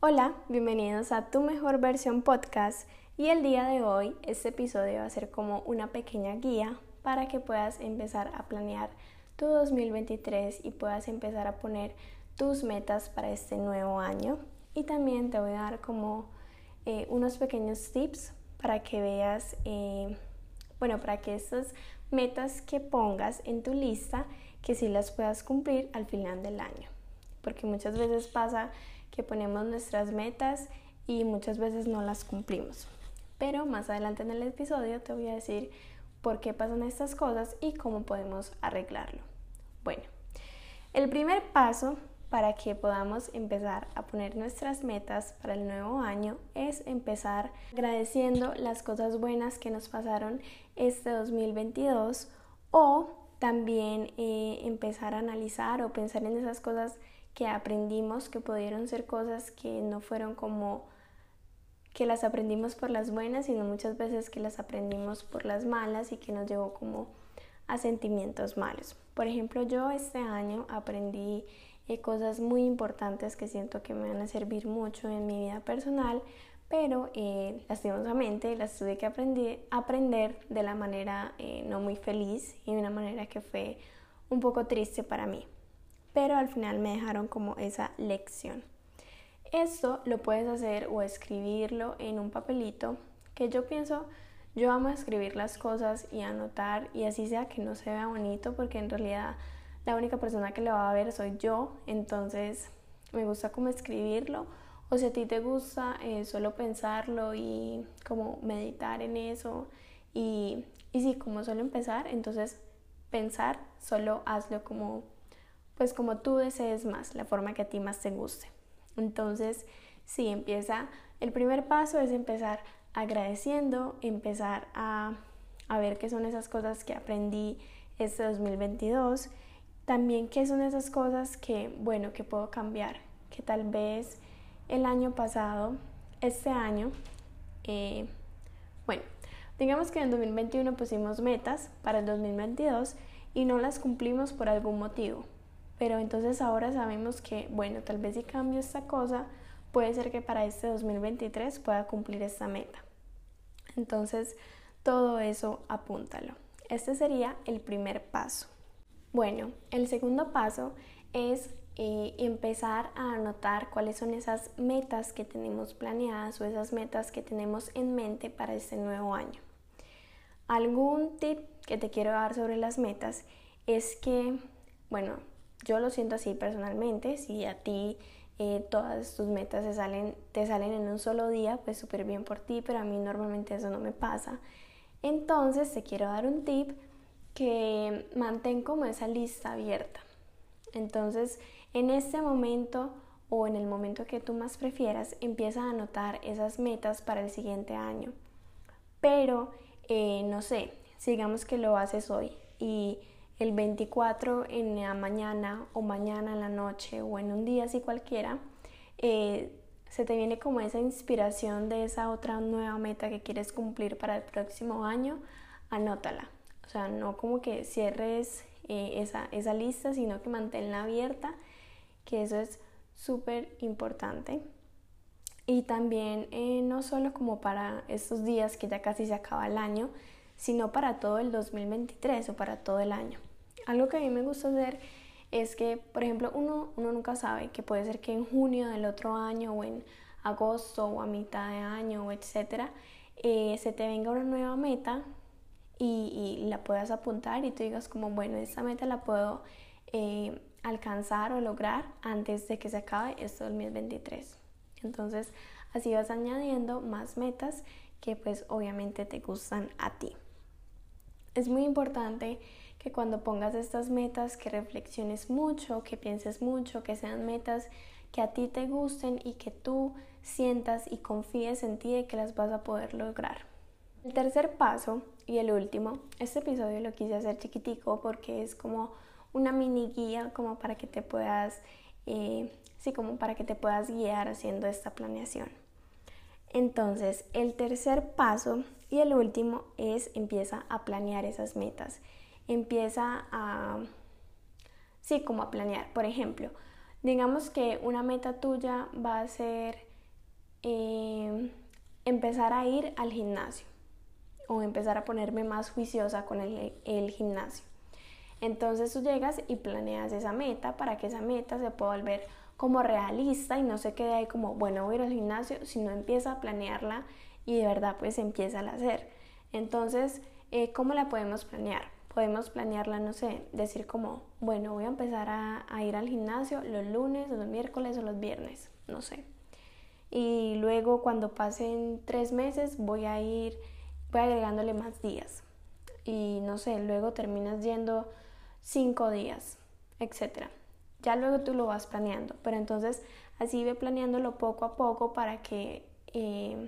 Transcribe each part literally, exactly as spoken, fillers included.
Hola, bienvenidos a Tu Mejor Versión Podcast y el día de hoy este episodio va a ser como una pequeña guía para que puedas empezar a planear tu dos mil veintitrés y puedas empezar a poner tus metas para este nuevo año. Y también te voy a dar como eh, unos pequeños tips para que veas, eh, bueno, para que estas metas que pongas en tu lista, que sí las puedas cumplir al final del año. Porque muchas veces pasa que ponemos nuestras metas y muchas veces no las cumplimos. Pero más adelante en el episodio te voy a decir por qué pasan estas cosas y cómo podemos arreglarlo. Bueno, el primer paso para que podamos empezar a poner nuestras metas para el nuevo año es empezar agradeciendo las cosas buenas que nos pasaron este dos mil veintidós o también eh, empezar a analizar o pensar en esas cosas que aprendimos, que pudieron ser cosas que no fueron como que las aprendimos por las buenas, sino muchas veces que las aprendimos por las malas y que nos llevó como a sentimientos malos. Por ejemplo, yo este año aprendí eh, cosas muy importantes que siento que me van a servir mucho en mi vida personal, pero eh, lastimosamente las tuve que aprender, aprender de la manera eh, no muy feliz y de una manera que fue un poco triste para mí. Pero al final me dejaron como esa lección. Esto lo puedes hacer o escribirlo en un papelito, que yo pienso, yo amo escribir las cosas y anotar, y así sea que no se vea bonito, porque en realidad la única persona que lo va a ver soy yo, entonces me gusta como escribirlo, o si a ti te gusta eh, solo pensarlo y como meditar en eso, y, y sí, como solo empezar, entonces pensar, solo hazlo como pues como tú desees más, la forma que a ti más te guste. Entonces, sí, empieza, el primer paso es empezar agradeciendo, empezar a, a ver qué son esas cosas que aprendí este dos mil veintidós, también qué son esas cosas que, bueno, que puedo cambiar, que tal vez el año pasado, este año, eh, bueno, digamos que en dos mil veintiuno pusimos metas para el dos mil veintidós y no las cumplimos por algún motivo. Pero entonces ahora sabemos que, bueno, tal vez si cambio esta cosa, puede ser que para este dos mil veintitrés pueda cumplir esta meta. Entonces, todo eso apúntalo. Este sería el primer paso. Bueno, el segundo paso es eh, empezar a anotar cuáles son esas metas que tenemos planeadas o esas metas que tenemos en mente para este nuevo año. Algún tip que te quiero dar sobre las metas es que, bueno, yo lo siento así personalmente. Si a ti eh, todas tus metas te salen, te salen en un solo día, pues súper bien por ti, pero a mí normalmente eso no me pasa. Entonces te quiero dar un tip que mantén como esa lista abierta. Entonces en este momento o en el momento que tú más prefieras, empieza a anotar esas metas para el siguiente año. Pero eh, no sé, digamos que lo haces hoy y el veinticuatro en la mañana o mañana en la noche o en un día así cualquiera, eh, se te viene como esa inspiración de esa otra nueva meta que quieres cumplir para el próximo año, anótala. O sea, no como que cierres eh, esa, esa lista, sino que manténla abierta, que eso es súper importante. Y también eh, no solo como para estos días que ya casi se acaba el año, sino para todo el dos mil veintitrés o para todo el año. Algo que a mí me gusta hacer es que, por ejemplo, uno, uno nunca sabe, que puede ser que en junio del otro año o en agosto o a mitad de año o etcétera, eh, se te venga una nueva meta y, y la puedas apuntar y tú digas como, bueno, esta meta la puedo eh, alcanzar o lograr antes de que se acabe este dos mil veintitrés. Entonces, así vas añadiendo más metas que pues obviamente te gustan a ti. Es muy importante que cuando pongas estas metas que reflexiones mucho, que pienses mucho, que sean metas que a ti te gusten y que tú sientas y confíes en ti de que las vas a poder lograr. El tercer paso y el último, este episodio lo quise hacer chiquitico porque es como una mini guía como para que te puedas, eh, sí, como para que te puedas guiar haciendo esta planeación. Entonces, el tercer paso y el último es empieza a planear esas metas. Empieza a, sí, como a planear. Por ejemplo, digamos que una meta tuya va a ser eh, empezar a ir al gimnasio o empezar a ponerme más juiciosa con el, el gimnasio. Entonces tú llegas y planeas esa meta para que esa meta se pueda volver como realista y no se quede ahí como, bueno, voy a ir al gimnasio, sino empieza a planearla y de verdad pues empieza a hacer. Entonces, eh, ¿cómo la podemos planear? Podemos planearla, no sé, decir como, bueno, voy a empezar a, a ir al gimnasio los lunes, o los miércoles o los viernes, no sé. Y luego cuando pasen tres meses voy a ir, voy agregándole más días. Y no sé, luego terminas yendo cinco días, etcétera. Ya luego tú lo vas planeando, pero entonces así ve planeándolo poco a poco para que... Eh,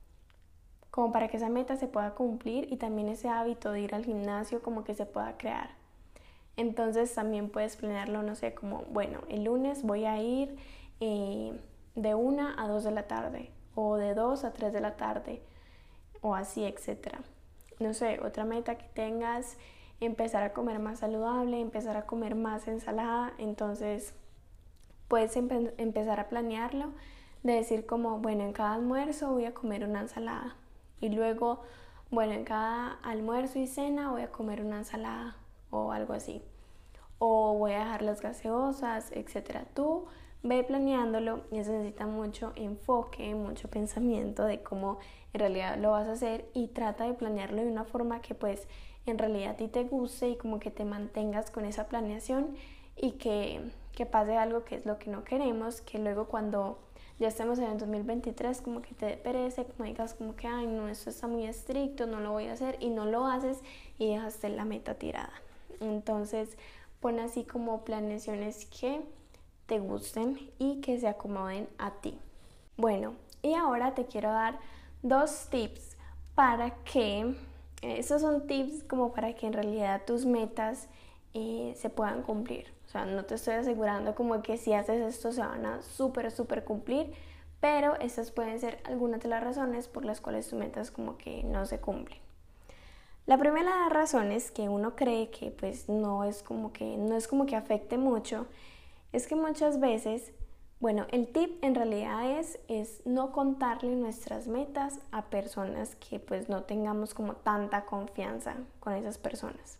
como para que esa meta se pueda cumplir y también ese hábito de ir al gimnasio como que se pueda crear. Entonces también puedes planearlo, no sé, como, bueno, el lunes voy a ir eh, de una a dos de la tarde o de dos a tres de la tarde o así, etcétera. No sé, otra meta que tengas, empezar a comer más saludable, empezar a comer más ensalada, entonces puedes empe- empezar a planearlo de decir como, bueno, en cada almuerzo voy a comer una ensalada. Y luego, bueno, en cada almuerzo y cena voy a comer una ensalada o algo así. O voy a dejar las gaseosas, etcétera. Tú ve planeándolo y eso necesita mucho enfoque, mucho pensamiento de cómo en realidad lo vas a hacer y trata de planearlo de una forma que pues en realidad a ti te guste y como que te mantengas con esa planeación y que, que pase algo que es lo que no queremos, que luego cuando ya estemos en el dos mil veintitrés como que te dé pereza, como digas como que ay no, esto está muy estricto, no lo voy a hacer y no lo haces y dejaste la meta tirada. Entonces pon así como planeaciones que te gusten y que se acomoden a ti. Bueno, y ahora te quiero dar dos tips para que, eh, estos son tips como para que en realidad tus metas eh, se puedan cumplir. O sea, no te estoy asegurando como que si haces esto se van a súper, súper cumplir, pero estas pueden ser algunas de las razones por las cuales tus metas como que no se cumplen. La primera de las razones que uno cree que pues no es como que, no es como que afecte mucho es que muchas veces, bueno, el tip en realidad es, es no contarle nuestras metas a personas que pues no tengamos como tanta confianza con esas personas.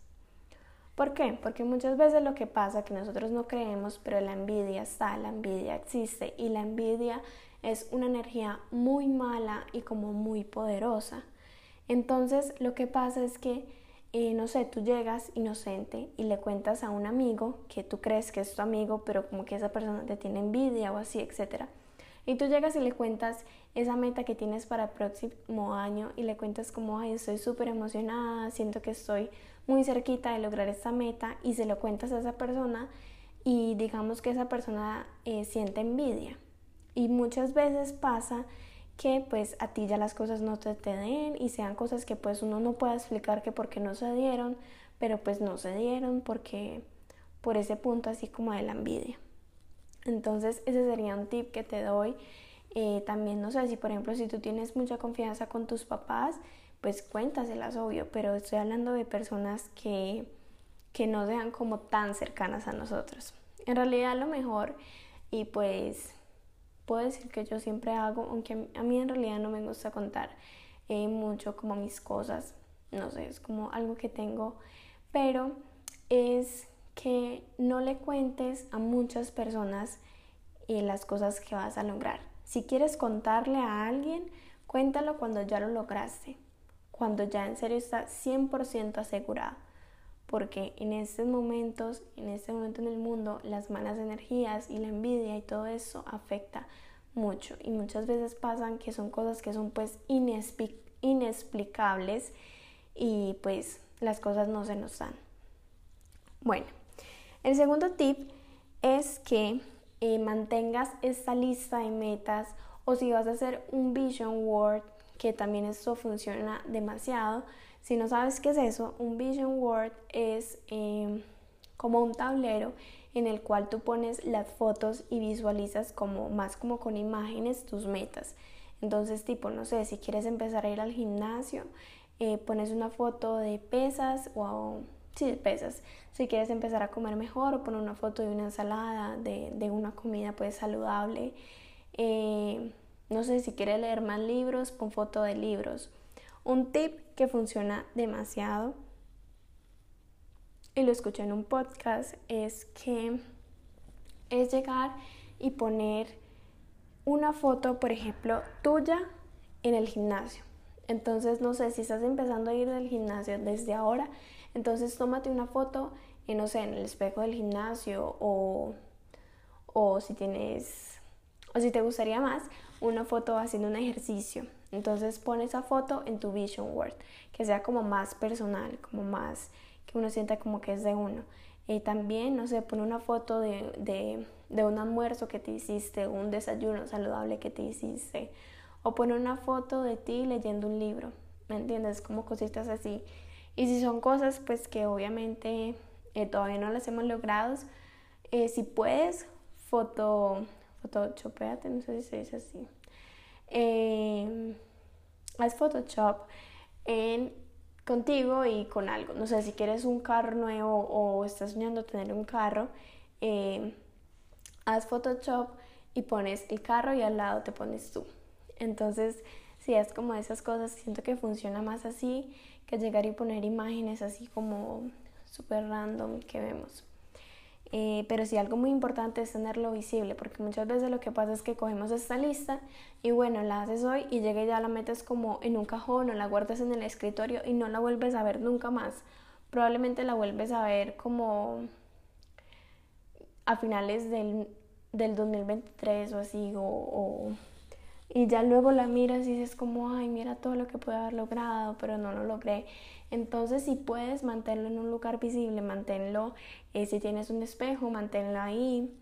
¿Por qué? Porque muchas veces lo que pasa es que nosotros no creemos, pero la envidia está, la envidia existe y la envidia es una energía muy mala y como muy poderosa. Entonces lo que pasa es que, eh, no sé, tú llegas inocente y le cuentas a un amigo que tú crees que es tu amigo, pero como que esa persona te tiene envidia o así, etcétera. Y tú llegas y le cuentas esa meta que tienes para el próximo año y le cuentas como, ay, estoy súper emocionada, siento que estoy muy cerquita de lograr esta meta y se lo cuentas a esa persona y digamos que esa persona eh, siente envidia. Y muchas veces pasa que pues a ti ya las cosas no te, te den y sean cosas que pues uno no puede explicar que por qué no se dieron, pero pues no se dieron porque por ese punto así como de la envidia. Entonces ese sería un tip que te doy. Eh, también no sé si por ejemplo si tú tienes mucha confianza con tus papás, pues cuéntaselas, obvio, pero estoy hablando de personas que, que no sean como tan cercanas a nosotros. En realidad lo mejor, y pues puedo decir que yo siempre hago, aunque a mí en realidad no me gusta contar eh, mucho como mis cosas, no sé, es como algo que tengo, pero es que no le cuentes a muchas personas eh, las cosas que vas a lograr. Si quieres contarle a alguien, cuéntalo cuando ya lo lograste, cuando ya en serio está cien por ciento asegurado, porque en estos momentos, en este momento en el mundo, las malas energías y la envidia y todo eso afecta mucho y muchas veces pasan que son cosas que son pues inexplic- inexplicables y pues las cosas no se nos dan. Bueno, el segundo tip es que eh, mantengas esta lista de metas o si vas a hacer un vision board, que también esto funciona demasiado. Si no sabes qué es eso, un vision board es eh, como un tablero en el cual tú pones las fotos y visualizas como más como con imágenes tus metas. Entonces tipo, no sé, si quieres empezar a ir al gimnasio, eh, pones una foto de pesas o sí, pesas. Si quieres empezar a comer mejor, o poner una foto de una ensalada, de, de una comida pues saludable. Eh, no sé, si quieres leer más libros, pon foto de libros. Un tip que funciona demasiado, y lo escuché en un podcast, es que es llegar y poner una foto, por ejemplo, tuya en el gimnasio. Entonces, no sé, si estás empezando a ir del gimnasio desde ahora, entonces tómate una foto, en, no sé, en el espejo del gimnasio, o, o si tienes, o si te gustaría más, una foto haciendo un ejercicio. Entonces pon esa foto en tu vision board, que sea como más personal, como más, que uno sienta como que es de uno. Eh, también, no sé, pon una foto de, de, de un almuerzo que te hiciste, un desayuno saludable que te hiciste, o pon una foto de ti leyendo un libro, ¿me entiendes? Como cositas así. Y si son cosas pues que obviamente eh, todavía no las hemos logrado, eh, si puedes, foto, photoshopeate, no sé si se dice así. Eh, haz Photoshop en, contigo y con algo. No sé, si quieres un carro nuevo o estás soñando tener un carro, eh, haz Photoshop y pones el carro y al lado te pones tú. Entonces, si es como esas cosas, siento que funciona más así que llegar y poner imágenes así como súper random que vemos. Eh, pero sí, algo muy importante es tenerlo visible, porque muchas veces lo que pasa es que cogemos esta lista y bueno, la haces hoy y llega y ya la metes como en un cajón o la guardas en el escritorio y no la vuelves a ver nunca más. Probablemente la vuelves a ver como a finales del, del dos mil veintitrés o así, o, o y ya luego la miras y dices como, ay, mira todo lo que pude haber logrado, pero no lo logré. Entonces, si puedes, mantenerlo en un lugar visible, manténlo, eh, si tienes un espejo, manténlo ahí,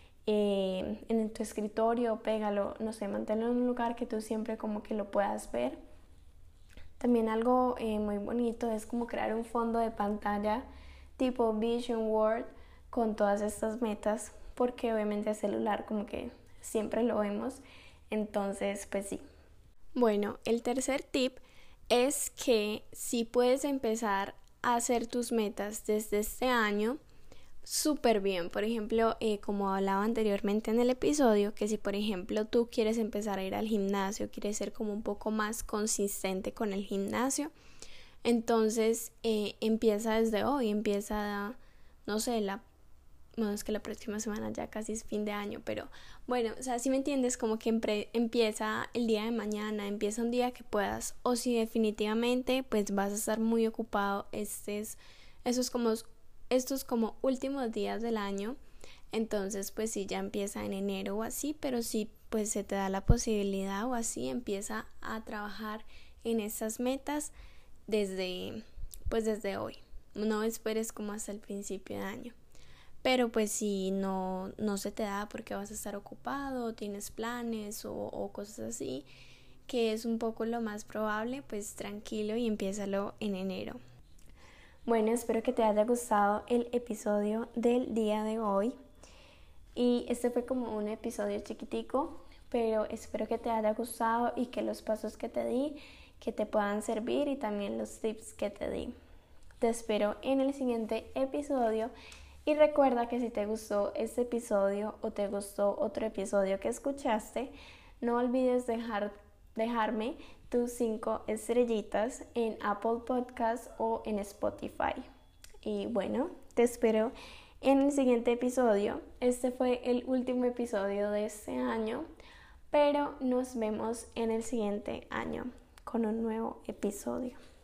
eh, en tu escritorio, pégalo, no sé, manténlo en un lugar que tú siempre como que lo puedas ver. También algo eh, muy bonito es como crear un fondo de pantalla tipo Vision Board con todas estas metas, porque obviamente el celular como que siempre lo vemos. Entonces, pues sí. Bueno, el tercer tip es que si puedes empezar a hacer tus metas desde este año, súper bien. Por ejemplo, eh, como hablaba anteriormente en el episodio, que si por ejemplo tú quieres empezar a ir al gimnasio, quieres ser como un poco más consistente con el gimnasio, entonces eh, empieza desde hoy, empieza, no sé, la bueno, es que la próxima semana ya casi es fin de año, pero bueno, o sea, si me entiendes, como que empre- empieza el día de mañana, empieza un día que puedas, o si definitivamente pues vas a estar muy ocupado estos, esos como, estos como últimos días del año, entonces pues sí, ya empieza en enero o así, pero si pues se te da la posibilidad o así, empieza a trabajar en esas metas desde, pues desde hoy, no esperes como hasta el principio de año. Pero pues si no, no se te da porque vas a estar ocupado, tienes planes o, o cosas así, que es un poco lo más probable, pues tranquilo y empiézalo en enero. Bueno, espero que te haya gustado el episodio del día de hoy. Y este fue como un episodio chiquitico, pero espero que te haya gustado y que los pasos que te di, que te puedan servir y también los tips que te di. Te espero en el siguiente episodio. Y recuerda que si te gustó este episodio o te gustó otro episodio que escuchaste, no olvides dejar, dejarme tus cinco estrellitas en Apple Podcast o en Spotify. Y bueno, te espero en el siguiente episodio. Este fue el último episodio de este año, pero nos vemos en el siguiente año con un nuevo episodio.